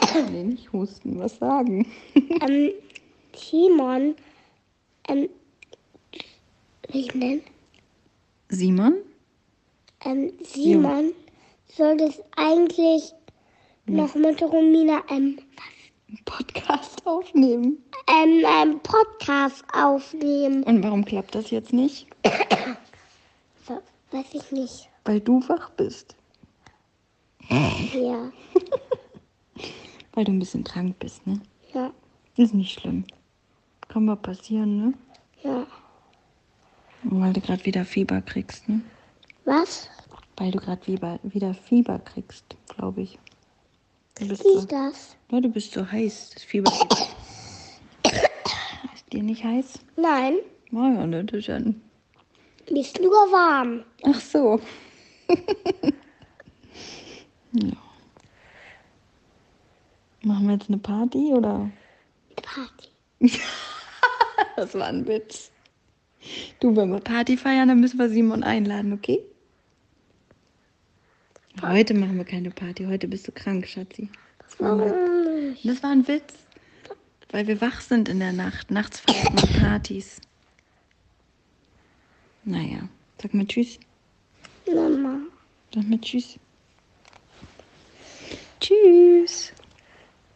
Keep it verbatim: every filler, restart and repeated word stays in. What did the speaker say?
Nee, nicht husten, was sagen. ähm, Timon, ähm, wie ich nennen? Simon? Ähm, Simon soll das eigentlich noch mit Romina ähm, Podcast aufnehmen. ähm, einen Podcast aufnehmen. Und warum klappt das jetzt nicht? So, weiß ich nicht. Weil du wach bist. Ja, Weil du ein bisschen krank bist, ne? ja, Ist nicht schlimm. Kann mal passieren, ne? ja. Und weil du gerade wieder Fieber kriegst, ne? Was? Weil du gerade wieder, wieder Fieber kriegst, glaube ich. Du bist Wie so, ist das? ja, du bist so heiß. Das Fieber ist dir nicht heiß? Nein, Oh ja, das ist ja ein... mir ist nur warm. Ach so. Ja. Machen wir jetzt eine Party, oder? Party. Das war ein Witz. Du, wenn wir Party feiern, dann müssen wir Simon einladen, okay? Heute machen wir keine Party. Heute bist du krank, Schatzi. Das war ein Witz. Warum nicht? Das war ein Witz. Weil wir wach sind in der Nacht. Nachts feiert man Partys. Naja, sag mal Tschüss. Mama. Sag mal Tschüss. Tschüss.